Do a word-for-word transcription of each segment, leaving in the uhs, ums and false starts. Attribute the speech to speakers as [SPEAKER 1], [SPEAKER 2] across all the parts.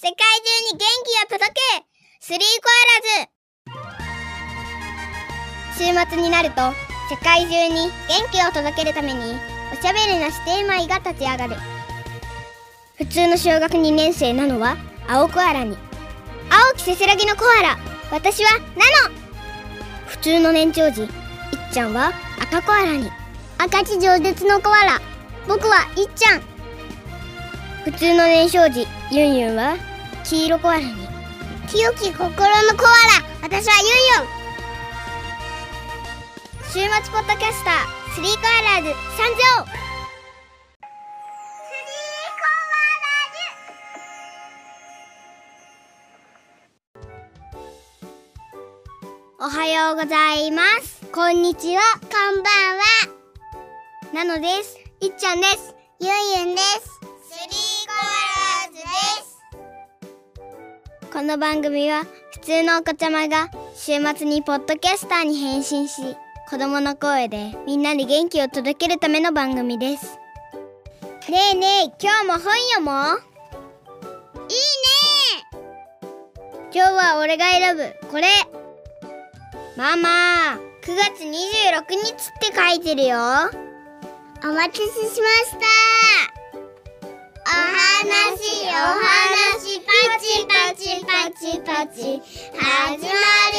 [SPEAKER 1] 世界中に元気を届けスリーコアラズ。週末になると世界中に元気を届けるためにおしゃべりな指定米が立ち上がる。普通の小学にねん生なのは青コアラに、青きせせらぎのコアラ、私はナノ。普通の年長児いっちゃんは赤コアラに、赤き情熱のコアラ、僕はいっちゃん。普通の年少児ユンユンは黄色コアラに、清き心のコアラ、私はユンユン。週末ポッドキャスタースリーコアラーズ参上。おはようございます。こんにちは。こんばんは。なのです。いっちゃんです。ゆんゆんです。スリーコアラーズです。この番組は普通のお子ちゃまが週末にポッドキャスターに変身し、子供の声でみんなに元気を届けるための番組です。ねえねえ、今日も本読もう。いいね。今日は俺が選ぶこれ。ママ、くがつにじゅうろくにちって書いてるよ。お待たせしました。お話お話パチパチパチパチ始まるよ。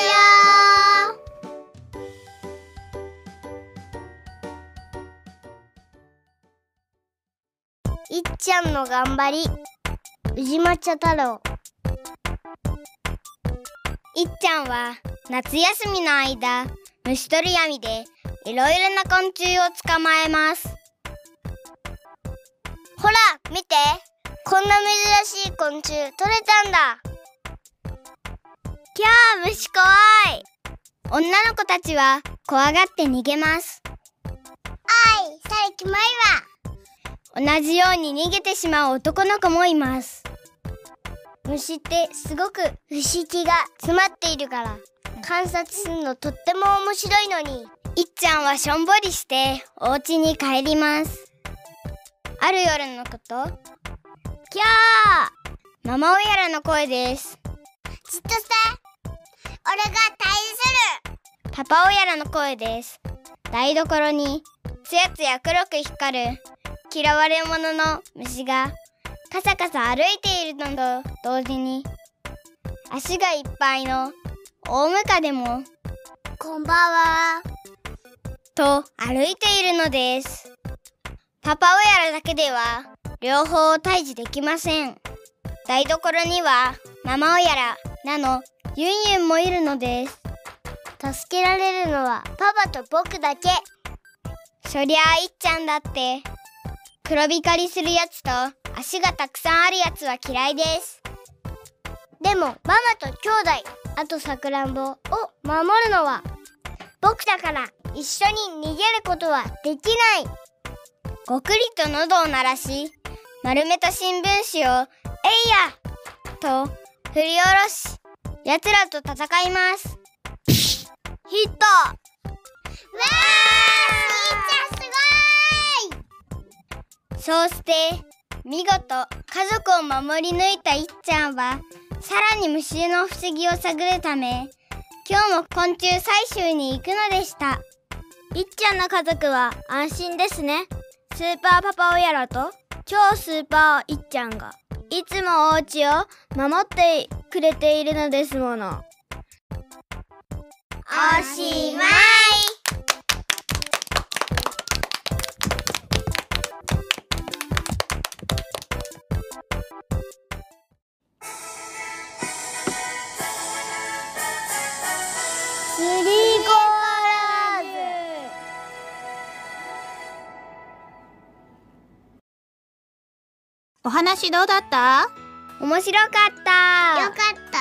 [SPEAKER 1] いっちゃんの頑張り、宇治抹茶太郎。いっちゃんは夏休みの間、虫取り網でいろいろな昆虫を捕まえます。ほら見て、こんな珍しい昆虫取れたんだ。キャー、虫怖い。女の子たちは怖がって逃げます。おい、それキモいわ。同じように逃げてしまう男の子もいます。虫ってすごく不思議が詰まっているから観察するのとっても面白いのに、いっちゃんはしょんぼりしてお家に帰ります。ある夜のこと、キャー、ママおやらの声です。じっとして、俺が退治する。パパおやらの声です。台所につやつや黒く光る嫌われ者の虫がカサカサ歩いているのと同時に、足がいっぱいのオウムカデもこんばんはと歩いているのです。パパおやらだけでは両方を退治できません。台所にはママおやら、ナノ、ユンユンもいるのです。助けられるのはパパと僕だけ。そりゃあいっちゃんだって黒光りするやつと足がたくさんあるやつは嫌いです。でもママと兄弟、あとさくらんぼを守るのは僕だから、一緒に逃げることはできない。ごくりと喉を鳴らし、丸めた新聞紙をえいやと振り下ろし、奴らと戦います。ヒット。わー、いっちゃんすごい。そうして見事家族を守り抜いたいっちゃんは、さらに虫の不思議を探るため、今日も昆虫採集に行くのでした。いっちゃんの家族は安心ですね。スーパーパパおやらと超スーパーいっちゃんがいつもお家を守ってくれているのですもの。おしまい。スリーコアラーズ。
[SPEAKER 2] お話どうだった？
[SPEAKER 1] 面白かった。よかった。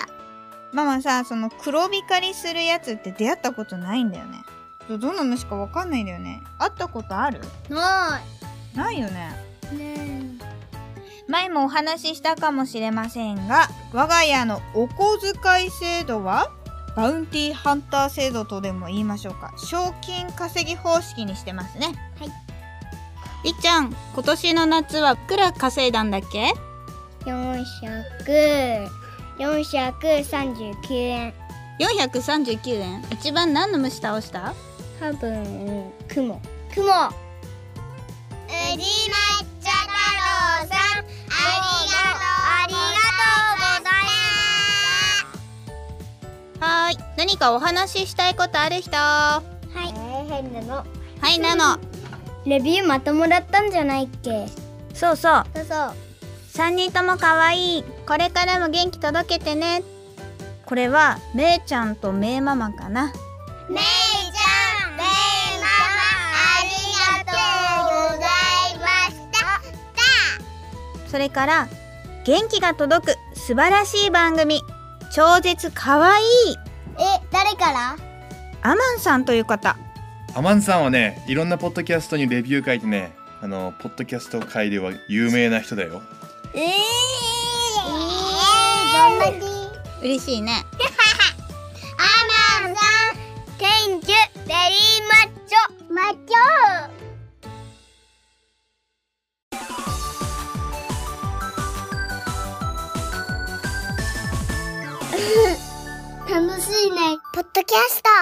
[SPEAKER 3] ママさ、その黒光りするやつって出会ったことないんだよね。どんな虫かわかんないんだよね。会ったことある？
[SPEAKER 1] な
[SPEAKER 3] ないよね。
[SPEAKER 1] い。ね
[SPEAKER 3] 前もお話ししたかもしれませんが、我が家のお小遣い制度はバウンティーハンター制度とでも言いましょうか。賞金稼ぎ方式にしてますね。
[SPEAKER 1] はい。
[SPEAKER 2] いっちゃん、今年の夏はいくら稼いだんだっけ？
[SPEAKER 1] よんひゃく、よんひゃくさんじゅうきゅうえん。
[SPEAKER 3] よんひゃくさんじゅうきゅうえん。一番何の虫倒した？
[SPEAKER 1] 多分クモ。クモ。宇治抹茶太郎さん、ありがとう、ありがとうございます。
[SPEAKER 3] はーい。何かお話ししたいことある人？は
[SPEAKER 1] はい。はいなの。
[SPEAKER 3] い、なの。
[SPEAKER 1] レビューまともだったんじゃないっけ？
[SPEAKER 3] そうそう。
[SPEAKER 1] そうそう。
[SPEAKER 3] さんにんともかわいい。これからも元気届けてね。これはめいちゃんとめいママかな。
[SPEAKER 1] めいちゃん、めいママ、ありがとうございました。
[SPEAKER 3] それから元気が届く素晴らしい番組、超絶かわいい。
[SPEAKER 1] え、誰から？
[SPEAKER 3] アマンさんという方。
[SPEAKER 2] アマンさんはね、いろんなポッドキャストにレビュー書いてね、あのポッドキャスト界では有名な人だよ。
[SPEAKER 1] えー、えー、どんなに
[SPEAKER 3] 嬉しいね。
[SPEAKER 1] アマンさん、Thank you very much。マッチョ楽しいね、ポッドキャスト。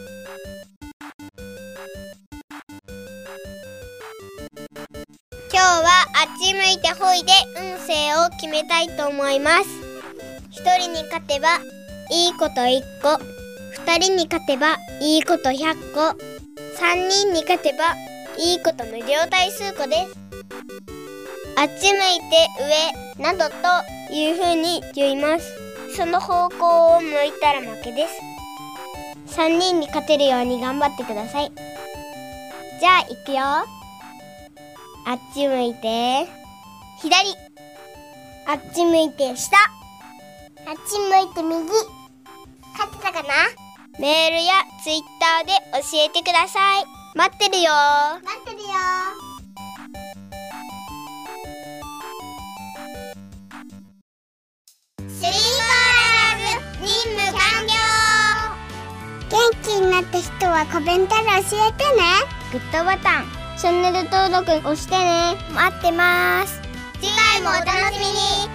[SPEAKER 1] 今日はあっち向いてほいで運勢を決めたいと思います。一人に勝てばいいこといっこ、二人に勝てばいいことひゃっこ、三人に勝てばいいこと無量大数個です。あっち向いて上などという風に言います。その方向を向いたら負けです。三人に勝てるように頑張ってください。じゃあ行くよ。あっち向いて左、あっち向いて下、あっち向いて右。勝てたかな？メールやツイッターで教えてください。待ってるよ。待ってるよ。スリーコーラーズ任務完了。元気になった人はコメントで教えてね。グッドボタン、チャンネル登録押してね。待ってます。次回もお楽しみに。